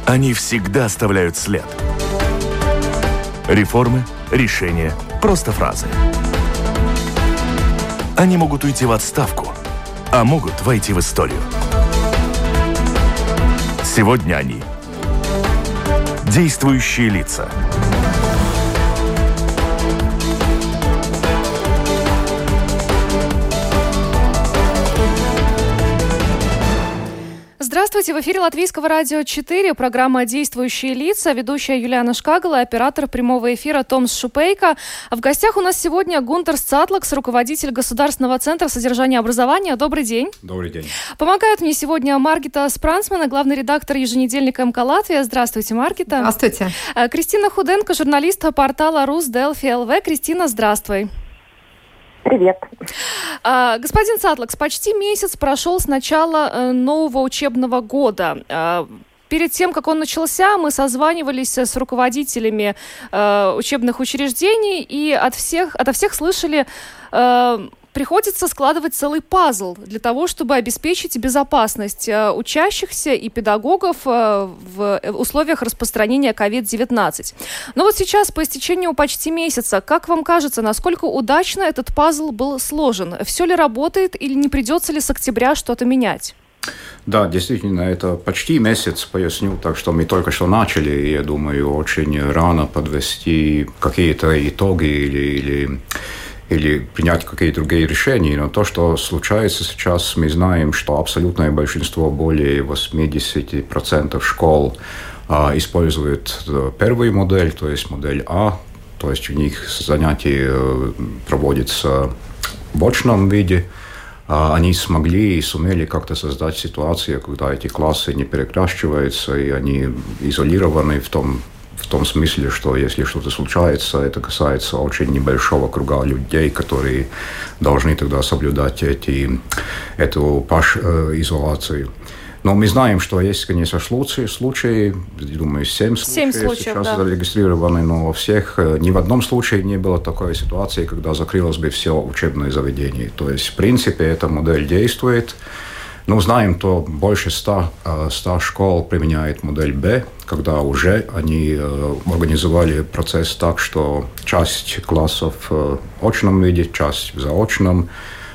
Они всегда оставляют след. Реформы, решения, просто фразы. Они могут уйти в отставку, а могут войти в историю. Сегодня они – действующие лица. Здравствуйте, в эфире Латвийского радио 4, программа «Действующие лица», ведущая Юлиана Шкагала, оператор прямого эфира Томс Шупейко. В гостях у нас сегодня Гунтерс Цатлакс, руководитель Государственного центра содержания и образования. Добрый день. Добрый день. Помогает мне сегодня Маргита Спрансмана, главный редактор еженедельника МК «Латвия». Здравствуйте, Маргита. Здравствуйте. Кристина Худенко, журналист портала РусДелфи ЛВ. Кристина, здравствуй. Привет. Господин Цатлакс, почти месяц прошел с начала нового учебного года. Перед тем, как он начался, мы созванивались с руководителями учебных учреждений и ото всех слышали, приходится складывать целый пазл для того, чтобы обеспечить безопасность учащихся и педагогов в условиях распространения COVID-19. Но вот сейчас, по истечению почти месяца, как вам кажется, насколько удачно этот пазл был сложен? Все ли работает или не придется ли с октября что-то менять? Да, действительно, это почти месяц, поясню, так что мы только что начали, и я думаю, очень рано подвести какие-то итоги или принять какие-то другие решения. Но то, что случается сейчас, мы знаем, что абсолютное большинство, более 80% школ используют первую модель, то есть модель А, то есть у них занятия проводятся в очном виде. Они смогли и сумели как-то создать ситуацию, когда эти классы не перекрашиваются, и они изолированы в том смысле, что если что-то случается, это касается очень небольшого круга людей, которые должны тогда соблюдать эту изоляцию. Но мы знаем, что есть, конечно, случаи, думаю, 7 случаев сейчас зарегистрированы, но во всех, ни в одном случае не было такой ситуации, когда закрылось бы все учебное заведение. То есть, в принципе, эта модель действует. Но знаем, что больше 100 школ применяет модель Б, когда уже они организовали процесс так, что часть классов в очном виде, часть в заочном,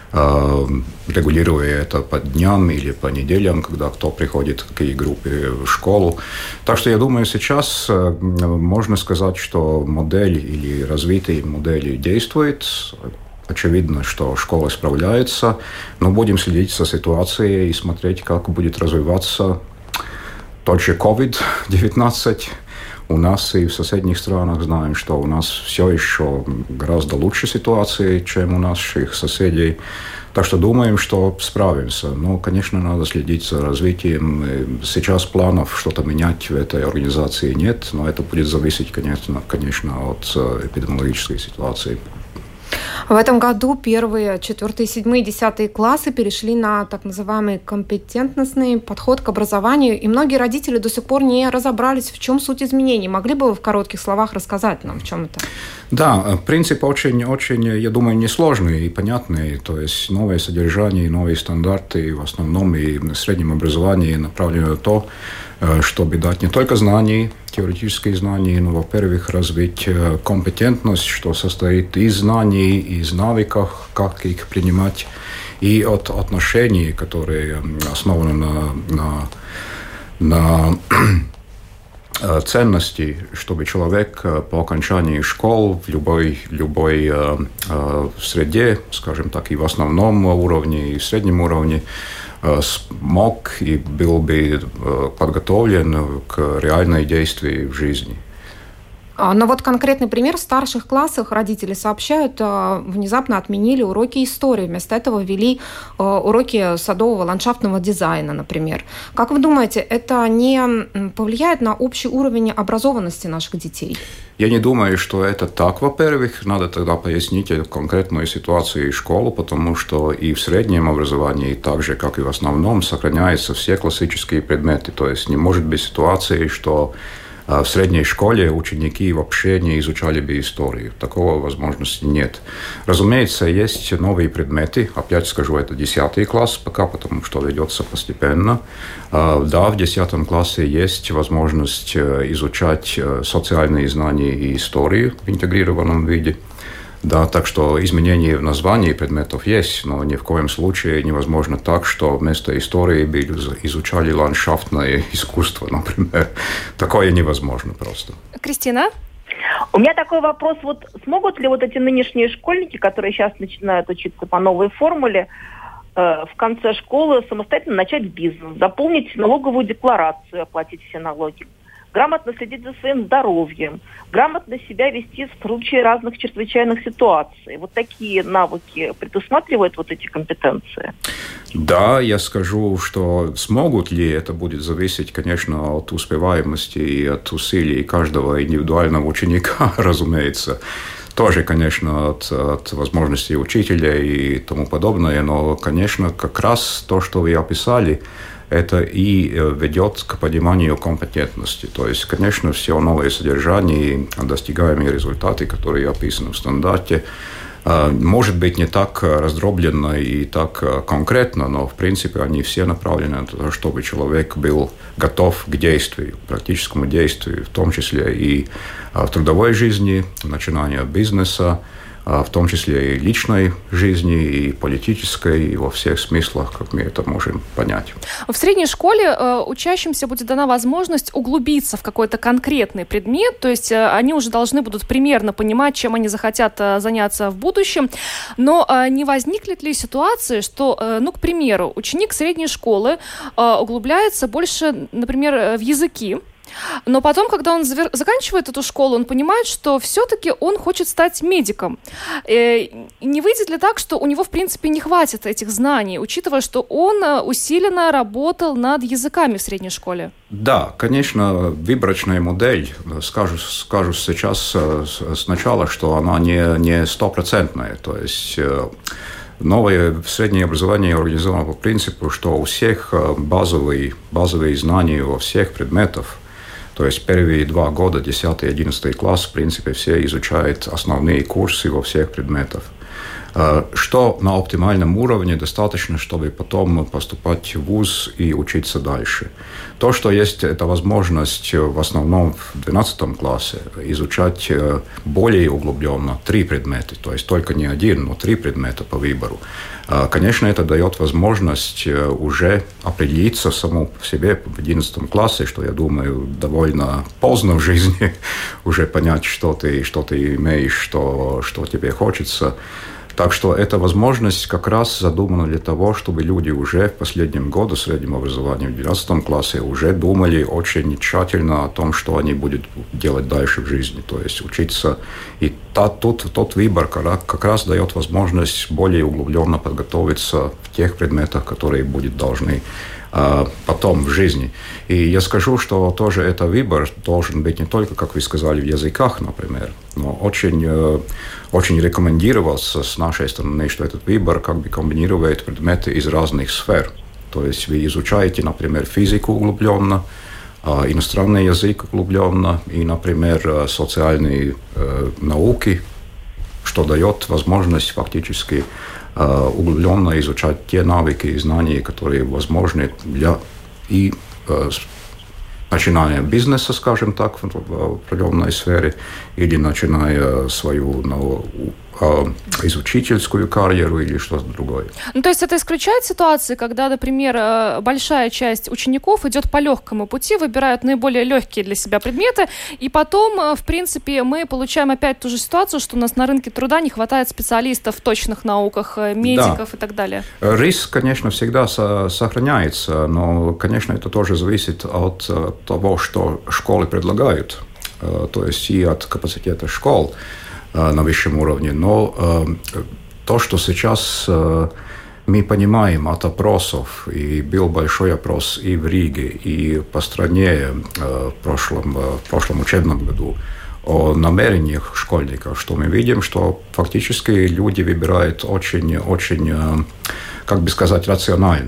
регулируя это по дням или по неделям, когда кто приходит, какие группы в школу. Так что я думаю, сейчас можно сказать, что модель или развитие модели действует. Очевидно, что школа справляется, но будем следить за ситуацией и смотреть, как будет развиваться тот же COVID-19 у нас и в соседних странах. Знаем, что у нас все еще гораздо лучше ситуация, чем у наших соседей. Так что думаем, что справимся. Но, конечно, надо следить за развитием. Сейчас планов что-то менять в этой организации нет, но это будет зависеть, конечно, от эпидемиологической ситуации. В этом году 1, 4, 7, 10 классы перешли на так называемый компетентностный подход к образованию, и многие родители до сих пор не разобрались, в чем суть изменений. Могли бы вы в коротких словах рассказать нам, в чем это? Да, принцип очень, я думаю, несложный и понятный. То есть новое содержание, новые стандарты в основном и в среднем образовании направлены на то, чтобы дать не только знания, теоретические знания, но, во-первых, развить компетентность, что состоит из знаний, из навыков, как их принимать, и от отношений, которые основаны на ценности, чтобы человек по окончании школ в любой среде, скажем так, и в основном уровне, и в среднем уровне, смог и был бы подготовлен к реальной действию в жизни. Но вот конкретный пример. В старших классах родители сообщают, внезапно отменили уроки истории. Вместо этого ввели уроки садового ландшафтного дизайна, например. Как вы думаете, это не повлияет на общий уровень образованности наших детей? Я не думаю, что это так. Во-первых, надо тогда пояснить эту конкретную ситуацию школы, потому что и в среднем образовании, так же, как и в основном, сохраняются все классические предметы. То есть не может быть ситуации, что В средней школе ученики вообще не изучали бы историю. Такого возможности нет. Разумеется, есть новые предметы. Опять скажу, это 10 класс пока, потому что ведется постепенно. Да, в 10 классе есть возможность изучать социальные знания и историю в интегрированном виде. Да, так что изменения в названии предметов есть, но ни в коем случае невозможно так, что вместо истории бы изучали ландшафтное искусство, например. Такое невозможно просто. Кристина? У меня такой вопрос. Вот смогут ли вот эти нынешние школьники, которые сейчас начинают учиться по новой формуле, в конце школы самостоятельно начать бизнес, заполнить налоговую декларацию, оплатить все налоги, грамотно следить за своим здоровьем, грамотно себя вести в случае разных чрезвычайных ситуаций? Вот такие навыки предусматривают вот эти компетенции? Да, я скажу, что смогут ли, это будет зависеть, конечно, от успеваемости и от усилий каждого индивидуального ученика, разумеется. Тоже, конечно, от возможностей учителя и тому подобное, но, конечно, как раз то, что вы описали, это и ведет к пониманию компетентности. То есть, конечно, все новое содержание и достигаемые результаты, которые описаны в стандарте, может быть, не так раздробленно и так конкретно, но, в принципе, они все направлены на то, чтобы человек был готов к действию, к практическому действию, в том числе и в трудовой жизни, начинания бизнеса, в том числе и личной жизни, и политической, и во всех смыслах, как мы это можем понять. В средней школе учащимся будет дана возможность углубиться в какой-то конкретный предмет, то есть они уже должны будут примерно понимать, чем они захотят заняться в будущем. Но не возникнет ли ситуации, что, к примеру, ученик средней школы углубляется больше, например, в языки, но потом, когда он заканчивает эту школу, он понимает, что все-таки он хочет стать медиком. Не выйдет ли так, что у него, в принципе, не хватит этих знаний, учитывая, что он усиленно работал над языками в средней школе? Да, конечно, выборочная модель, скажу сейчас сначала, что она не стопроцентная. То есть новое среднее образование организовано по принципу, что у всех базовые знания во всех предметах. То есть первые 2 года, 10 и 11 класс, в принципе, все изучают основные курсы во всех предметах. Что на оптимальном уровне достаточно, чтобы потом поступать в вуз и учиться дальше. То, что есть эта возможность в основном в 12 классе изучать более углубленно 3 предмета, то есть только не 1, но 3 предмета по выбору. Конечно, это дает возможность уже определиться самому по себе в 11 классе, что, я думаю, довольно поздно в жизни уже понять, что ты имеешь, что тебе хочется. Так что эта возможность как раз задумана для того, чтобы люди уже в последнем году среднего образования, в 12 классе, уже думали очень тщательно о том, что они будут делать дальше в жизни. То есть учиться. И тот выбор как раз дает возможность более углубленно подготовиться в тех предметах, которые будут должны потом в жизни. И я скажу, что тоже этот выбор должен быть не только, как вы сказали, в языках, например, но очень рекомендировался с нашей стороны, что этот выбор как бы комбинирует предметы из разных сфер. То есть вы изучаете, например, физику углубленно, иностранный язык углубленно и, например, социальные науки, что дает возможность фактически углубленно изучать те навыки и знания, которые возможны для начиная бизнеса, скажем так, в определенной сфере, или начиная свою изучительскую карьеру или что-то другое. То есть это исключает ситуации, когда, например, большая часть учеников идет по легкому пути, выбирают наиболее легкие для себя предметы, и потом, в принципе, мы получаем опять ту же ситуацию, что у нас на рынке труда не хватает специалистов в точных науках, медиков, да, и так далее. Риск, конечно, всегда сохраняется, но, конечно, это тоже зависит от того, что школы предлагают, то есть и от капацитета школ на высшем уровне. Но то, что сейчас мы понимаем от опросов, и был большой опрос и в Риге, и по стране в прошлом учебном году, о намерениях школьников, что мы видим, что фактически люди выбирают очень, как бы сказать, рационально.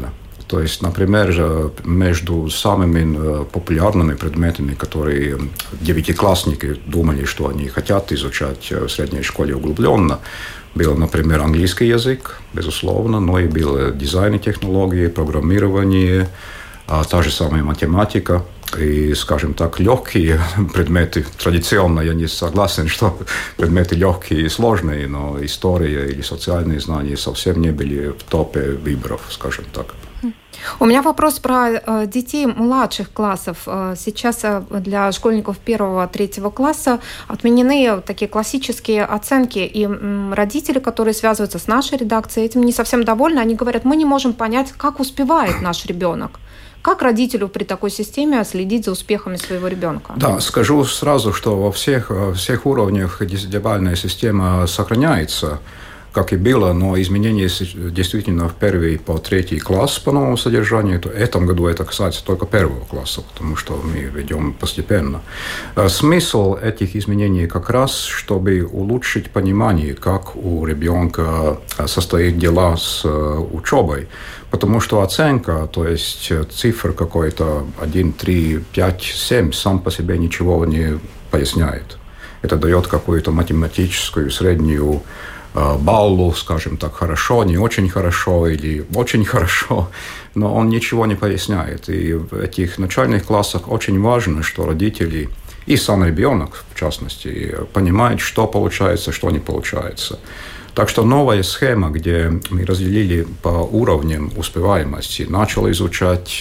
То есть, например, между самыми популярными предметами, которые девятиклассники думали, что они хотят изучать в средней школе углубленно, был, например, английский язык, безусловно, но и был дизайн и технологии, программирование, та же самая математика. И, скажем так, легкие предметы, традиционно я не согласен, что предметы легкие и сложные, но история или социальные знания совсем не были в топе выборов, скажем так. У меня вопрос про детей младших классов. Сейчас для школьников 1-3 класса отменены такие классические оценки, и родители, которые связываются с нашей редакцией, этим не совсем довольны. Они говорят, мы не можем понять, как успевает наш ребенок. Как родителю при такой системе следить за успехами своего ребенка? Да, скажу сразу, что во всех уровнях десятибалльная система сохраняется, как и было, но изменения действительно в 1 по 3 класс по новому содержанию. В этом году это касается только 1 класса, потому что мы ведем постепенно. Смысл этих изменений как раз, чтобы улучшить понимание, как у ребенка состоят дела с учебой. Потому что оценка, то есть цифр какой-то 1, 3, 5, 7, сам по себе ничего не поясняет. Это дает какую-то математическую среднюю баллу, скажем так, хорошо, не очень хорошо или очень хорошо, но он ничего не поясняет. И в этих начальных классах очень важно, что родители и сам ребенок, в частности, понимают, что получается, что не получается. Так что новая схема, где мы разделили по уровням успеваемости, начал изучать,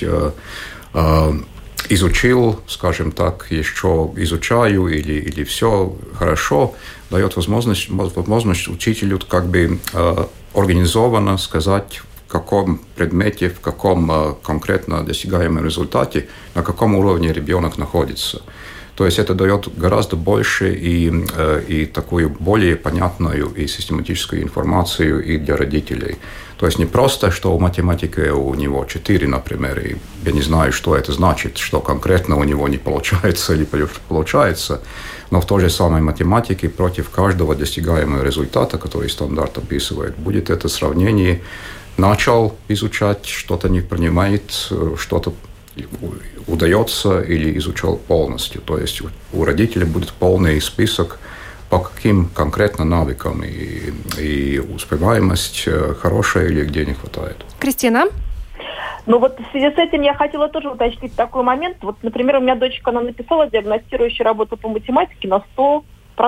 изучил, скажем так, еще изучаю или все хорошо, дает возможность учителю как бы организованно сказать, в каком предмете, в каком конкретно достигаемом результате, на каком уровне ребенок находится. То есть это дает гораздо больше и такую более понятную и систематическую информацию и для родителей. То есть не просто, что у математики у него 4, например, и я не знаю, что это значит, что конкретно у него не получается или получается, но в той же самой математике против каждого достигаемого результата, который стандарт описывает, будет это сравнение. Начал изучать, что-то не принимает, что-то удается или изучал полностью. То есть у родителей будет полный список, по каким конкретно навыкам и успеваемость хорошая или где не хватает. Кристина? Ну вот в связи с этим я хотела тоже уточнить такой момент. Вот, например, у меня дочка, она написала диагностирующую работу по математике на 100%.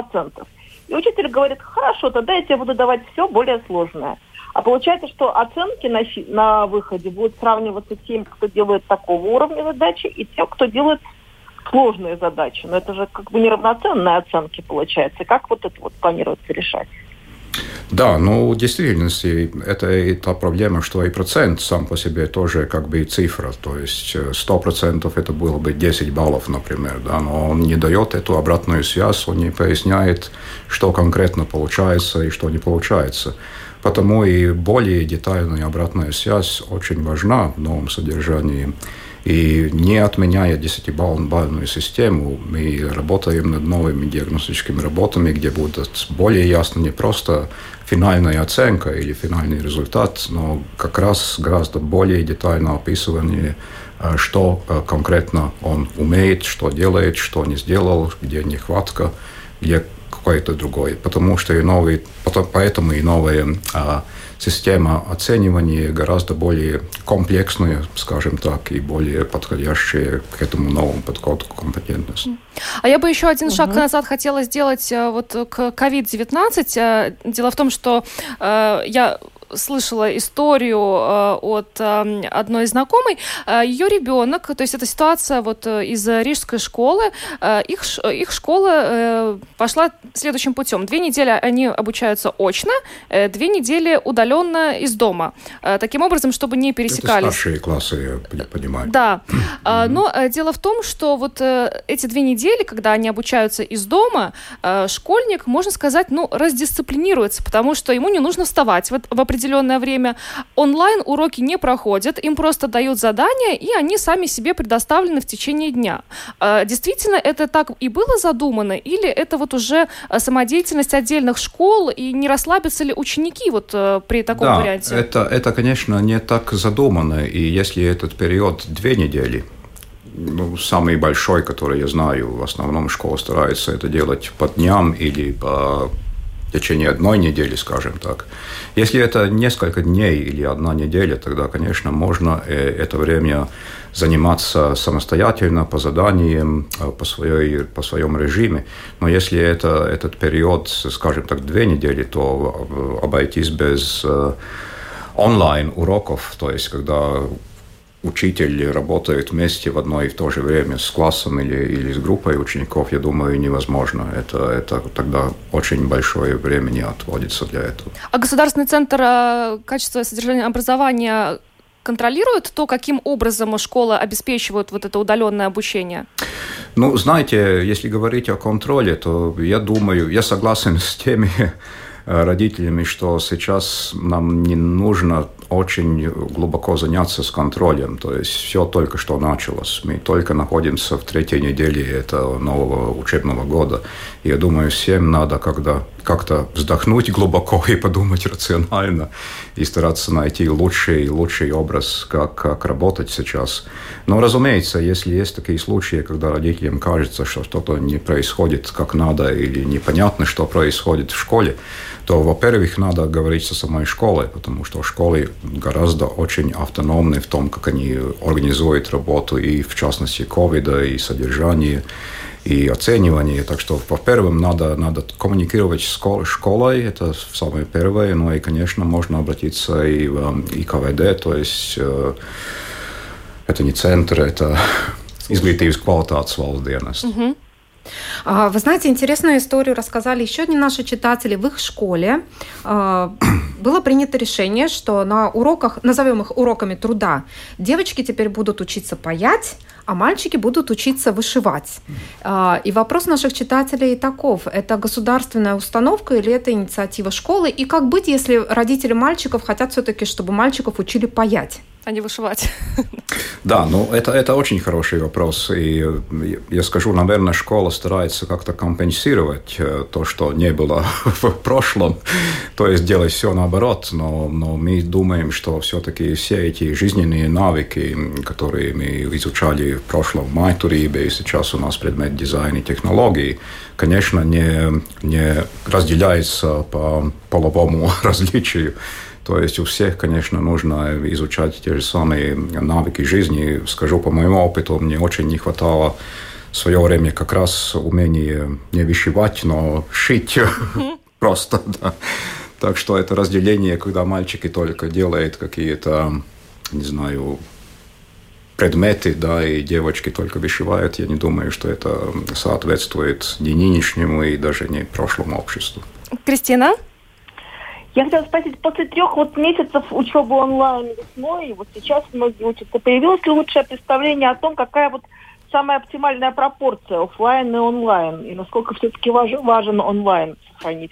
И учитель говорит, хорошо, тогда я тебе буду давать все более сложное. А получается, что оценки на выходе будут сравниваться тем, кто делает такого уровня задачи, и тем, кто делает сложные задачи. Но это же как бы неравноценные оценки получается. Как вот это вот планируется решать? Да, ну, в действительности, это и та проблема, что и процент сам по себе тоже как бы цифра. То есть 100% это было бы 10 баллов, например, да, но он не дает эту обратную связь, он не поясняет, что конкретно получается и что не получается. Потому и более детальная обратная связь очень важна в новом содержании. И не отменяя 10-балльную систему, мы работаем над новыми диагностическими работами, где будет более ясно не просто финальная оценка или финальный результат, но как раз гораздо более детальное описывание, что конкретно он умеет, что делает, что не сделал, где нехватка, где какой-то другой. Поэтому и новая система оценивания гораздо более комплексная, скажем так, и более подходящая к этому новому подходу к компетентности. А я бы еще один шаг назад хотела сделать вот к COVID-19. Дело в том, что я слышала историю от одной знакомой. Ее ребенок, то есть эта ситуация вот из рижской школы, их школа пошла следующим путем. 2 недели они обучаются очно, 2 недели удаленно из дома. Таким образом, чтобы не пересекались. Это старшие классы, я понимаю. Да. Но дело в том, что вот эти 2 недели, когда они обучаются из дома, школьник, можно сказать, раздисциплинируется, потому что ему не нужно вставать в определенном определенное время. Онлайн-уроки не проходят, им просто дают задания, и они сами себе предоставлены в течение дня. Действительно, это так и было задумано, или это вот уже самодеятельность отдельных школ, и не расслабятся ли ученики вот при таком варианте? Это, конечно, не так задумано, и если этот период 2 недели, самый большой, который я знаю, в основном школа старается это делать по дням или по течение 1 недели, скажем так. Если это несколько дней или 1 неделя, тогда, конечно, можно это время заниматься самостоятельно, по заданиям, по своем режиме. Но если этот период, скажем так, 2 недели, то обойтись без онлайн-уроков, то есть когда учитель работает вместе в одно и в то же время с классом или с группой учеников, я думаю, невозможно. Это тогда очень большое времени отводится для этого. А Государственный центр качества и содержания образования контролирует то, каким образом школы обеспечивают вот это удаленное обучение? Знаете, если говорить о контроле, то я думаю, я согласен с теми родителями, что сейчас нам не нужно очень глубоко заняться с контролем. То есть все только что началось. Мы только находимся в 3-й неделе этого нового учебного года. И я думаю, всем надо как-то вздохнуть глубоко и подумать рационально и стараться найти лучший образ, как работать сейчас. Но, разумеется, если есть такие случаи, когда родителям кажется, что что-то не происходит как надо или непонятно, что происходит в школе, то, во-первых, надо говорить со самой школой, потому что школы гораздо очень автономны в том, как они организуют работу, и в частности ковида, и содержание, и оценивание. Так что, во-первых, надо коммуникировать с школой, это самое первое, но и, конечно, можно обратиться и в ИКВД, то есть это не центр, это Izglītības kvalitātes valsts dienests. Вы знаете, интересную историю рассказали еще одни наши читатели. В их школе было принято решение, что на уроках, назовем их уроками труда, девочки теперь будут учиться паять, а мальчики будут учиться вышивать. И вопрос наших читателей таков. Это государственная установка или это инициатива школы? И как быть, если родители мальчиков хотят все-таки, чтобы мальчиков учили паять? А не вышивать. Да, это очень хороший вопрос. И я скажу, наверное, школа старается как-то компенсировать то, что не было в прошлом. То есть делать все наоборот. Но мы думаем, что все-таки все эти жизненные навыки, которые мы изучали в прошлом в майturība, и сейчас у нас предмет дизайн и технологии, конечно, не разделяются по половому различию. То есть у всех, конечно, нужно изучать те же самые навыки жизни. Скажу, по моему опыту, мне очень не хватало в свое время как раз умения не вышивать, но шить просто, да. Так что это разделение, когда мальчики только делают какие-то, не знаю, предметы, да, и девочки только вышивают, я не думаю, что это соответствует ни нынешнему и даже не прошлому обществу. Кристина? Я хотела спросить, после 3 месяцев учебы онлайн весной, и вот сейчас многие учатся, появилось ли лучшее представление о том, какая самая оптимальная пропорция офлайн и онлайн, и насколько все-таки важен онлайн сохранить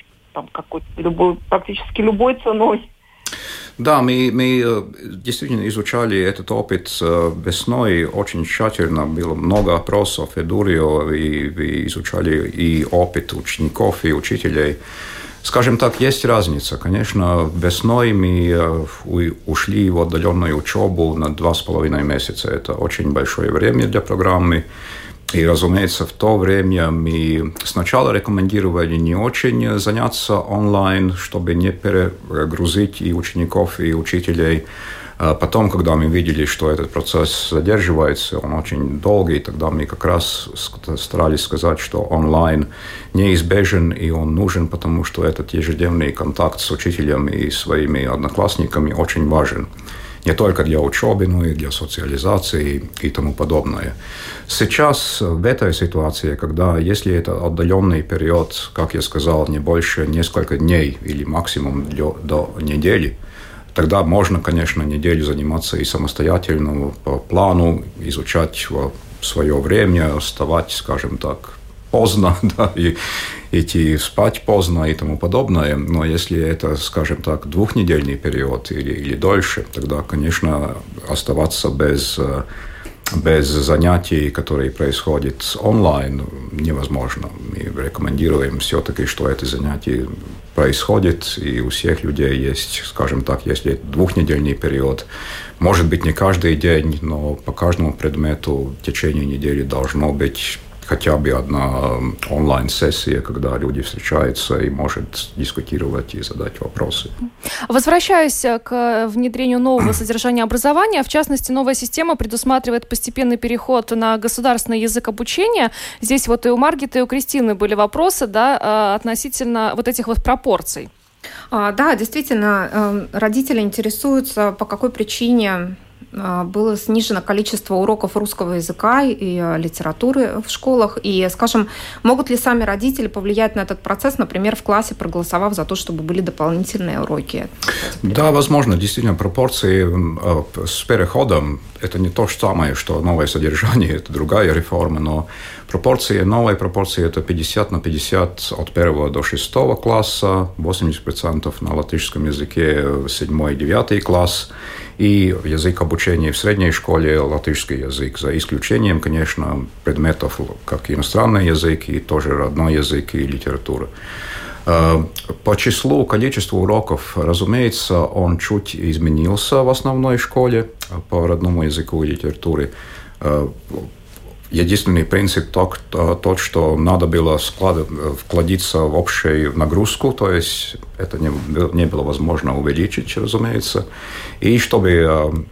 практически любой ценой? Да, мы действительно изучали этот опыт весной очень тщательно. Было много опросов, Edurio, и изучали и опыт учеников, и учителей. Скажем так, есть разница. Конечно, весной мы ушли в отдаленную учебу на 2,5 месяца. Это очень большое время для программы. И, разумеется, в то время мы сначала рекомендовали не очень заняться онлайн, чтобы не перегрузить и учеников, и учителей. Потом, когда мы видели, что этот процесс задерживается, он очень долгий, тогда мы как раз старались сказать, что онлайн неизбежен и он нужен, потому что этот ежедневный контакт с учителем и своими одноклассниками очень важен. Не только для учебы, но и для социализации и тому подобное. Сейчас в этой ситуации, когда если это отдаленный период, как я сказал, не больше несколько дней или максимум до недели, тогда можно, конечно, неделю заниматься и самостоятельно по плану, изучать в свое время, вставать, скажем так, поздно, да, и идти спать поздно и тому подобное. Но если это, скажем так, двухнедельный период или дольше, тогда, конечно, оставаться без занятий, которые происходят онлайн, невозможно. Мы рекомендуем все-таки, что эти занятия происходят, и у всех людей есть, скажем так, если это двухнедельный период, может быть, не каждый день, но по каждому предмету в течение недели должно быть хотя бы одна онлайн-сессия, когда люди встречаются и могут дискутировать и задать вопросы. Возвращаясь к внедрению нового содержания образования, в частности, новая система предусматривает постепенный переход на государственный язык обучения. Здесь вот и у Маргиты, и у Кристины были вопросы, да, относительно вот этих вот пропорций. Да, действительно, родители интересуются, по какой причине было снижено количество уроков русского языка и литературы в школах. И, скажем, могут ли сами родители повлиять на этот процесс, например, в классе, проголосовав за то, чтобы были дополнительные уроки? Да, возможно. Действительно, пропорции с переходом – это не то же самое, что новое содержание, это другая реформа, но новые пропорции – это 50/50 от 1 до 6 класса, 80% на латышском языке 7 и 9 класс, и язык обучения в средней школе – латышский язык, за исключением, конечно, предметов, как иностранный язык, и тоже родной язык и литература. По количеству уроков, разумеется, он чуть изменился в основной школе по родному языку и литературе. Единственный принцип тот, что надо было вкладиться в общую нагрузку, то есть это не было возможно увеличить, разумеется, и чтобы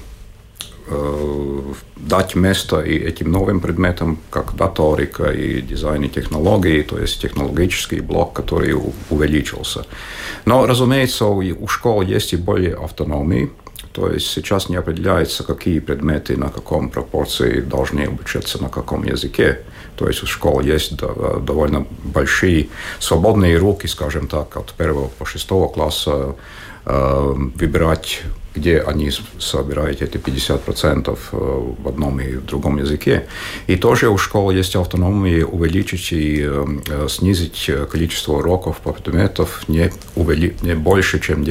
дать место и этим новым предметам, как даторика и дизайн и технологии, то есть технологический блок, который увеличился. Но, разумеется, у школ есть и более автономии. То есть сейчас не определяется, какие предметы на каком пропорции должны обучаться на каком языке. То есть у школ есть довольно большие свободные руки, скажем так, от 1 по 6 класса выбирать, где они собирают эти 50% в одном и в другом языке. И тоже у школ есть автономия увеличить и снизить количество уроков по предметам не больше, чем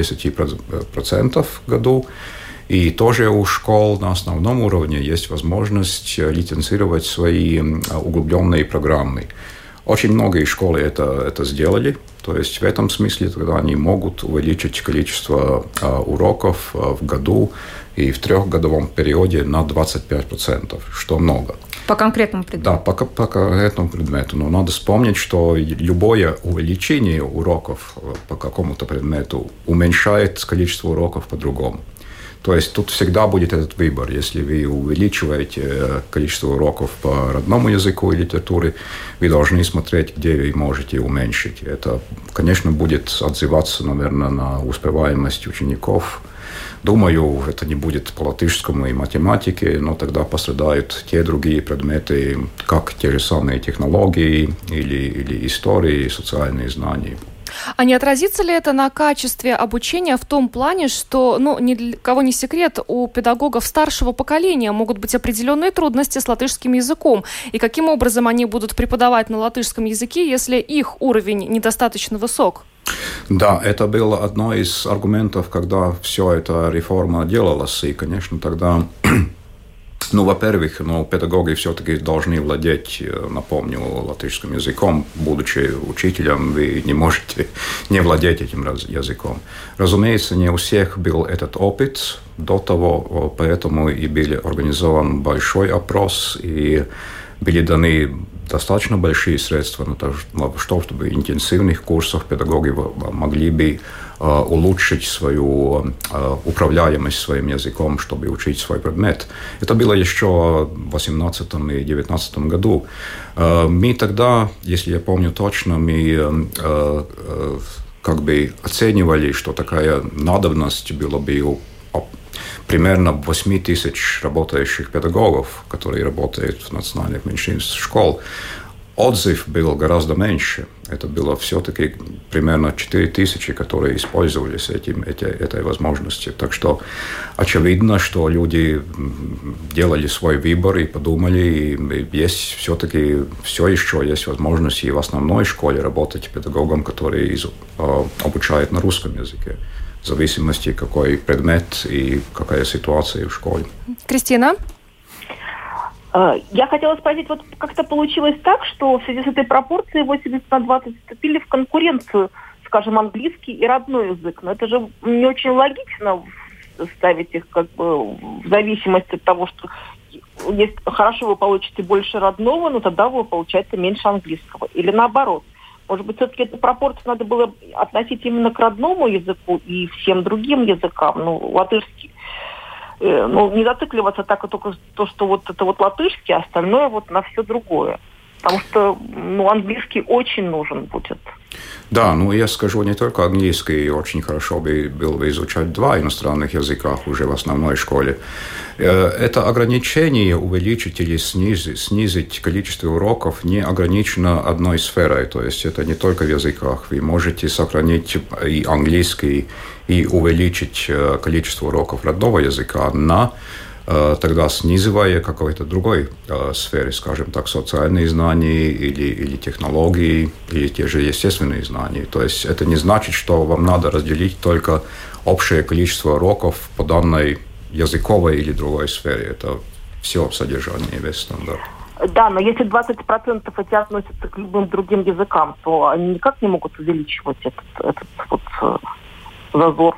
10% в году. И тоже у школ на основном уровне есть возможность лицензировать свои углубленные программы. Очень многие школы это сделали. То есть в этом смысле тогда они могут увеличить количество уроков в году и в трехгодовом периоде на 25%, что много. По конкретному предмету? Да, по конкретному предмету. Но надо вспомнить, что любое увеличение уроков по какому-то предмету уменьшает количество уроков по-другому. То есть тут всегда будет этот выбор. Если вы увеличиваете количество уроков по родному языку и литературе, вы должны смотреть, где вы можете уменьшить. Это, конечно, будет отзываться, наверное, на успеваемость учеников. Думаю, это не будет по латышскому и математике, но тогда пострадают те другие предметы, как те же самые технологии или истории, социальные знания. А не отразится ли это на качестве обучения в том плане, что, ни для кого не секрет, у педагогов старшего поколения могут быть определенные трудности с латышским языком? И каким образом они будут преподавать на латышском языке, если их уровень недостаточно высок? Да, это было одно из аргументов, когда вся эта реформа делалась. И, конечно, тогда... во-первых, педагоги все-таки должны владеть, напомню, латышским языком. Будучи учителем, вы не можете не владеть этим языком. Разумеется, не у всех был этот опыт до того, поэтому и был организован большой опрос, и были даны достаточно большие средства на то, чтобы в интенсивных курсах педагоги могли бы улучшить свою управляемость своим языком, чтобы учить свой предмет. Это было еще в 2018 и 2019 году. Мы тогда, если я помню точно, мы оценивали, что такая надобность была бы примерно 8 тысяч работающих педагогов, которые работают в национальных меньшинствах школ. отзыв был гораздо меньше. Это было все-таки примерно 4000, которые использовались этой возможностью. Так что очевидно, что люди делали свой выбор и подумали, и есть все-таки все еще есть возможность и в основной школе работать педагогом, который обучает на русском языке. В зависимости, какой предмет и какая ситуация в школе. Кристина? Я хотела спросить, вот как-то получилось так, что в связи с этой пропорцией 80/20 вступили в конкуренцию, скажем, английский и родной язык. Но это же не очень логично ставить их как бы в зависимости от того, что если хорошо вы получите больше родного, но тогда вы получаете меньше английского. Или наоборот. Может быть, все-таки эту пропорцию надо было относить именно к родному языку и всем другим языкам, латышский. Не зацикливаться так только то, что вот это вот латышский, а остальное вот на все другое. Потому что английский очень нужен будет. Да, я скажу, не только английский, очень хорошо было бы изучать 2 иностранных языка уже в основной школе. Это ограничение увеличить или снизить количество уроков не ограничено одной сферой. То есть это не только в языках. Вы можете сохранить и английский, и увеличить количество уроков родного языка тогда снизывая какой-то другой сфере, скажем так, социальные знания или технологии, или те же естественные знания. То есть это не значит, что вам надо разделить только общее количество уроков по данной языковой или другой сфере. Это все содержание, весь стандарт. Да, но если 20% эти относятся к любым другим языкам, то они никак не могут увеличивать этот зазор.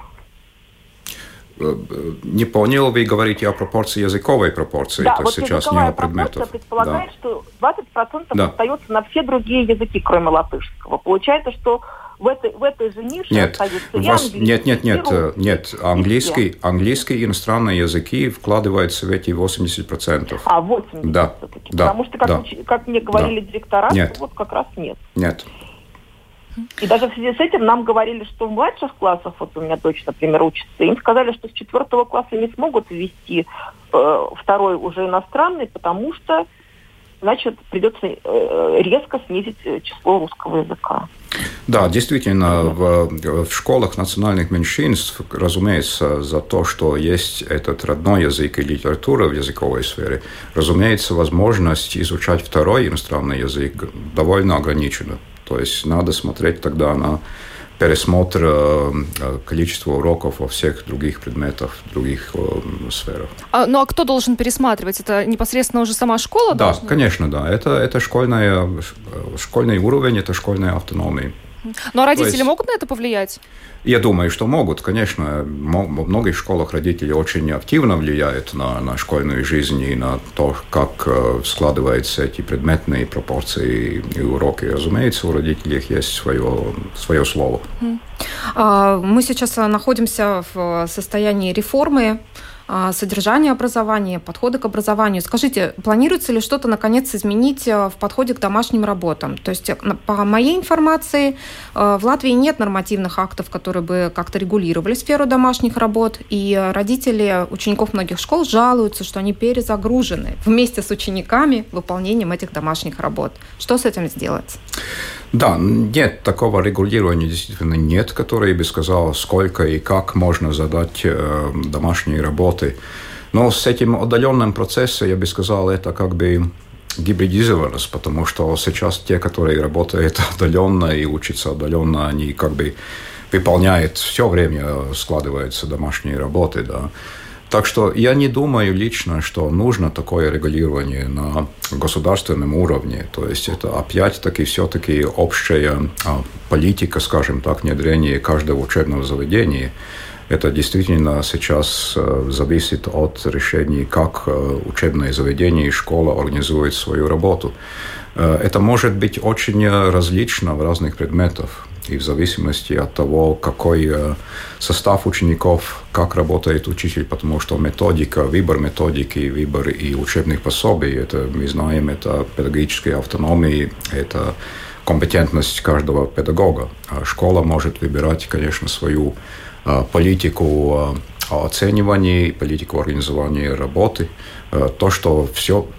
Не понял, вы говорите о пропорции языковой пропорции, да, то вот сейчас не о предметах. Да, предполагает, что 20% остается на все другие языки, кроме латышского. Получается, что в этой же нише остается и английский. Нет. Английский и иностранные языки вкладываются в эти 80%. 80% да, все-таки. Да, потому что, как мне говорили директора, вот как раз нет. Нет. И даже в связи с этим нам говорили, что в младших классах, вот у меня дочь, например, учится, им сказали, что с 4 класса не смогут ввести второй уже иностранный, потому что, значит, придется резко снизить число русского языка. Да, действительно, в школах национальных меньшинств, разумеется, за то, что есть этот родной язык и литература в языковой сфере, разумеется, возможность изучать второй иностранный язык довольно ограничена. То есть надо смотреть тогда на пересмотр количества уроков во всех других предметах, в других сферах. А кто должен пересматривать? Это непосредственно уже сама школа должна? Да, конечно, да. Это школьный уровень, это школьная автономия. Но родители могут на это повлиять? Я думаю, что могут, конечно. В многих школах родители очень активно влияют на школьную жизнь и на то, как складываются эти предметные пропорции и уроки. Разумеется, у родителей есть свое слово. Мы сейчас находимся в состоянии реформы содержания образования, подхода к образованию. Скажите, планируется ли что-то, наконец, изменить в подходе к домашним работам? То есть, по моей информации, в Латвии нет нормативных актов, которые бы как-то регулировали сферу домашних работ, и родители учеников многих школ жалуются, что они перезагружены вместе с учениками выполнением этих домашних работ. Что с этим сделать? Да, нет, такого регулирования действительно нет, которое бы сказал, сколько и как можно задать домашние работы. Но с этим удаленным процессом, я бы сказал, это как бы гибридизировалось, потому что сейчас те, которые работают удаленно и учатся удаленно, они как бы выполняют все время, складываются домашние работы, да. Так что я не думаю лично, что нужно такое регулирование на государственном уровне. То есть это опять-таки все-таки общая политика, скажем так, внедрения каждого учебного заведения. Это действительно сейчас зависит от решений, как учебное заведение и школа организуют свою работу. Это может быть очень различно в разных предметах. И в зависимости от того, какой состав учеников, как работает учитель, потому что методика, выбор методики, выбор и учебных пособий, это, мы знаем, это педагогическая автономия, это компетентность каждого педагога. Школа может выбирать, конечно, свою политику оценивания, политику организования работы. То, что все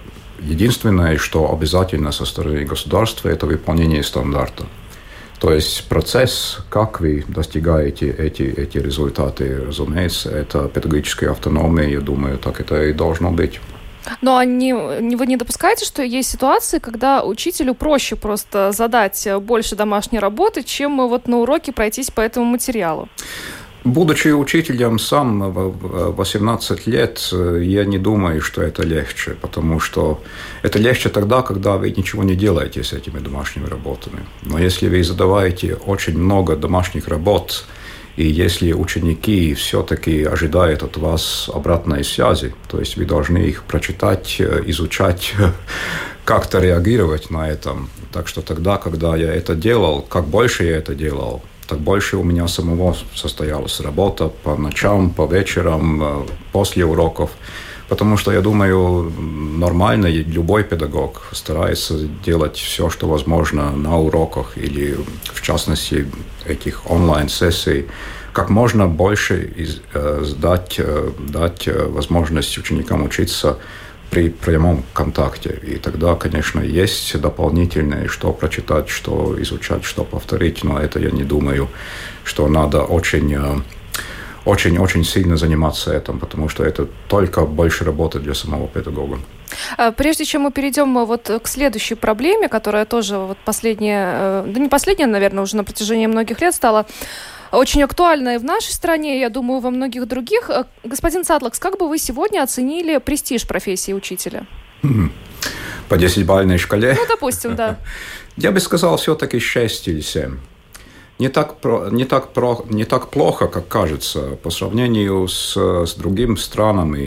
Единственное, что обязательно со стороны государства, это выполнение стандарта. То есть процесс, как вы достигаете эти результаты, разумеется, это педагогическая автономия, я думаю, так это и должно быть. Но вы не допускаете, что есть ситуации, когда учителю проще просто задать больше домашней работы, чем вот на уроке пройтись по этому материалу? Будучи учителем сам в 18 лет, я не думаю, что это легче, потому что это легче тогда, когда вы ничего не делаете с этими домашними работами. Но если вы задаваете очень много домашних работ, и если ученики все-таки ожидают от вас обратной связи, то есть вы должны их прочитать, изучать, как-то реагировать на это. Так что тогда, когда я это делал, как больше я это делал, так больше у меня самого состоялась работа по ночам, по вечерам, после уроков. Потому что, я думаю, нормально любой педагог старается делать все, что возможно на уроках или, в частности, этих онлайн-сессий, как можно больше дать возможность ученикам учиться при прямом контакте. И тогда, конечно, есть дополнительное, что прочитать, что изучать, что повторить, но это я не думаю, что надо очень сильно заниматься этим, потому что это только больше работы для самого педагога. Прежде чем мы перейдем вот к следующей проблеме, которая тоже вот не последняя, наверное, уже на протяжении многих лет стала очень актуальной в нашей стране, я думаю, во многих других. Господин Цатлакс, как бы вы сегодня оценили престиж профессии учителя? По 10-бальной шкале? Ну, допустим, да. Я бы сказал, все-таки 6 или 7. Не так плохо, как кажется, по сравнению с другими странами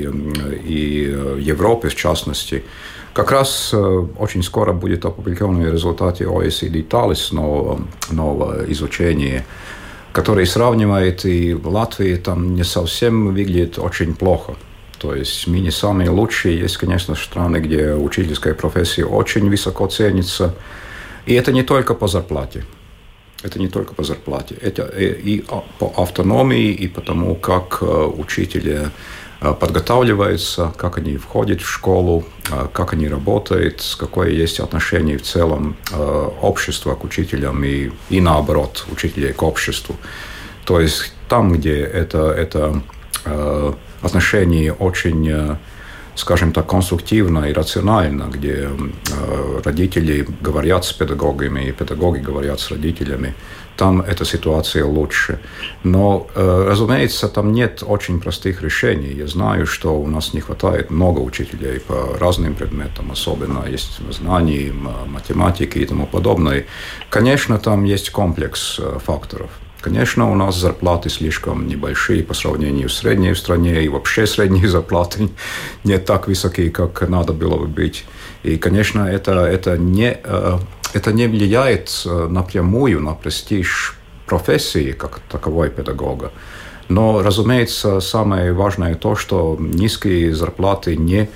и Европой, в частности. Как раз очень скоро будет опубликованы результаты OECD TALIS нового изучения, который сравнивает, и в Латвии там не совсем выглядит очень плохо. То есть мы не самые лучшие. Есть, конечно, страны, где учительская профессия очень высоко ценится. И это не только по зарплате. Это и по автономии, и по тому, как учителя подготавливаются, как они входят в школу, как они работают, какое есть отношение в целом общества к учителям и наоборот, учителей к обществу. То есть там, где это отношение очень, скажем так, конструктивно и рационально, где родители говорят с педагогами, и педагоги говорят с родителями, там эта ситуация лучше. Но, разумеется, там нет очень простых решений. Я знаю, что у нас не хватает много учителей по разным предметам, особенно есть знания, математики и тому подобное. Конечно, там есть комплекс факторов. Конечно, у нас зарплаты слишком небольшие по сравнению с средней в стране, и вообще средние зарплаты не так высокие, как надо было бы быть. И, конечно, это не влияет напрямую на престиж профессии как таковой педагога. Но, разумеется, самое важное то, что низкие зарплаты не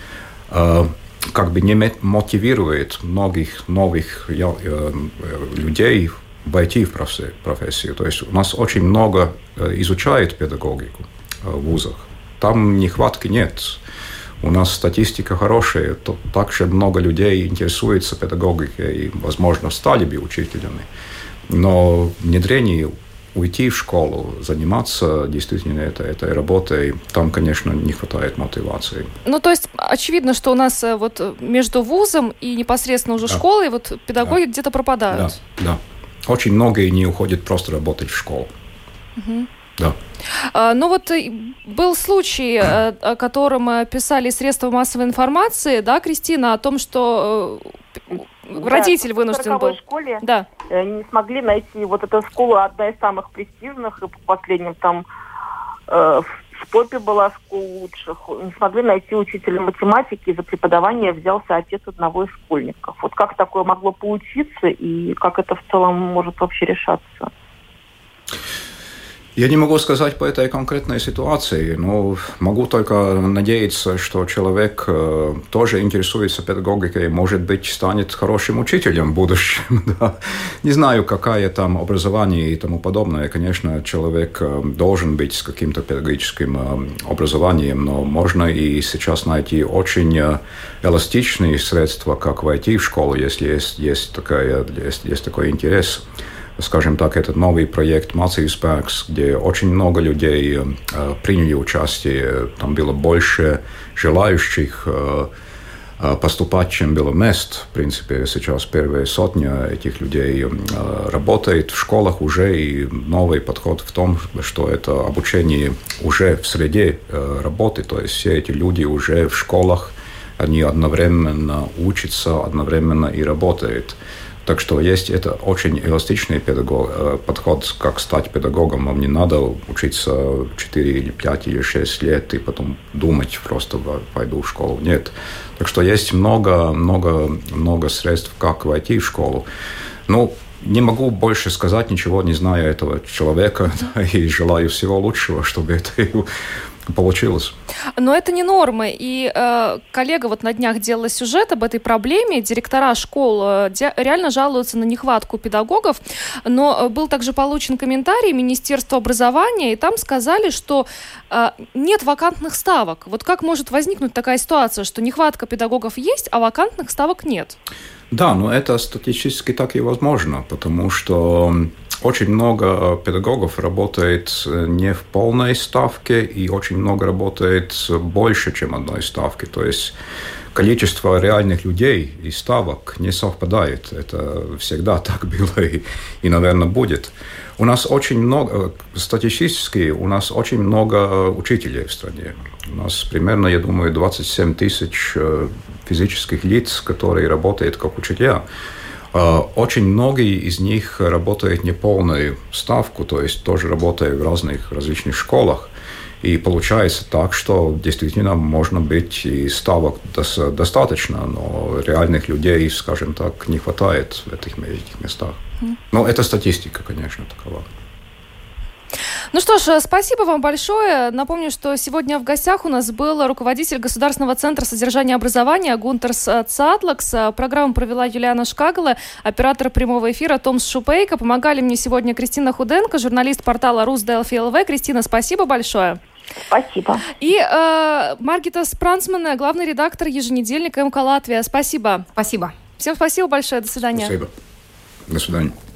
мотивируют многих новых людей войти в профессию. То есть у нас очень много изучают педагогику в вузах. Там нехватки нет. У нас статистика хорошая. Также много людей интересуется педагогикой и, возможно, стали бы учителями. Но внедрение, уйти в школу, заниматься действительно этой работой, там, конечно, не хватает мотивации. Ну, то есть, очевидно, что у нас вот между вузом и непосредственно уже школой вот педагоги где-то пропадают. Да. Очень многие не уходят просто работать в школу. Угу. Да. Ну вот был случай, о котором писали средства массовой информации, да, Кристина, о том, что родитель вынужден был. В школе да. Не смогли найти. Вот эта школа одна из самых престижных, и по последним там в СПОПе была школа лучших. Не смогли найти учителя математики, и за преподавание взялся отец одного из школьников. Вот как такое могло получиться, и как это в целом может вообще решаться? Я не могу сказать по этой конкретной ситуации, но могу только надеяться, что человек тоже интересуется педагогикой и, может быть, станет хорошим учителем в будущем. Да. Не знаю, какое там образование и тому подобное. Конечно, человек должен быть с каким-то педагогическим образованием, но можно и сейчас найти очень эластичные средства, как войти в школу, если есть такой интерес. Скажем так, этот новый проект «Mācību spēks», где очень много людей приняли участие. Там было больше желающих поступать, чем было мест. В принципе, сейчас первая сотня этих людей работает в школах уже, и новый подход в том, что это обучение уже в среде работы, то есть все эти люди уже в школах, они одновременно учатся, одновременно и работают. Так что есть это очень эластичный подход, как стать педагогом. Вам не надо учиться 4 или 5 или 6 лет и потом думать, просто пойду в школу. Нет. Так что есть много средств, как войти в школу. Ну, не могу больше сказать, ничего не зная этого человека, да, и желаю всего лучшего, чтобы это получилось. Но это не норма. И коллега вот на днях делала сюжет об этой проблеме. Директора школ реально жалуются на нехватку педагогов. Но был также получен комментарий Министерства образования, и там сказали, что нет вакантных ставок. Вот как может возникнуть такая ситуация, что нехватка педагогов есть, а вакантных ставок нет? Да, но это статистически так и возможно, потому что очень много педагогов работает не в полной ставке, и очень много работает больше, чем одной ставки. То есть количество реальных людей и ставок не совпадает. Это всегда так было и наверное, будет. У нас очень много, статистически, у нас очень много учителей в стране. У нас примерно, я думаю, 27 тысяч физических лиц, которые работают как учителя. Очень многие из них работают неполную ставку, то есть тоже работают в различных школах. И получается так, что действительно можно быть и ставок достаточно, но реальных людей, скажем так, не хватает в этих местах. Но это статистика, конечно, такова. Ну что ж, спасибо вам большое. Напомню, что сегодня в гостях у нас был руководитель Государственного центра содержания и образования Гунтерс Цатлакс. Программу провела Юлиана Шкагала, оператор прямого эфира Томс Шупейко. Помогали мне сегодня Кристина Худенко, журналист портала RusDelfi.lv. Кристина, спасибо большое. Спасибо. И Маргита Спрансман, главный редактор еженедельника МК Латвия. Спасибо. Спасибо. Всем спасибо большое. До свидания. Спасибо. До свидания.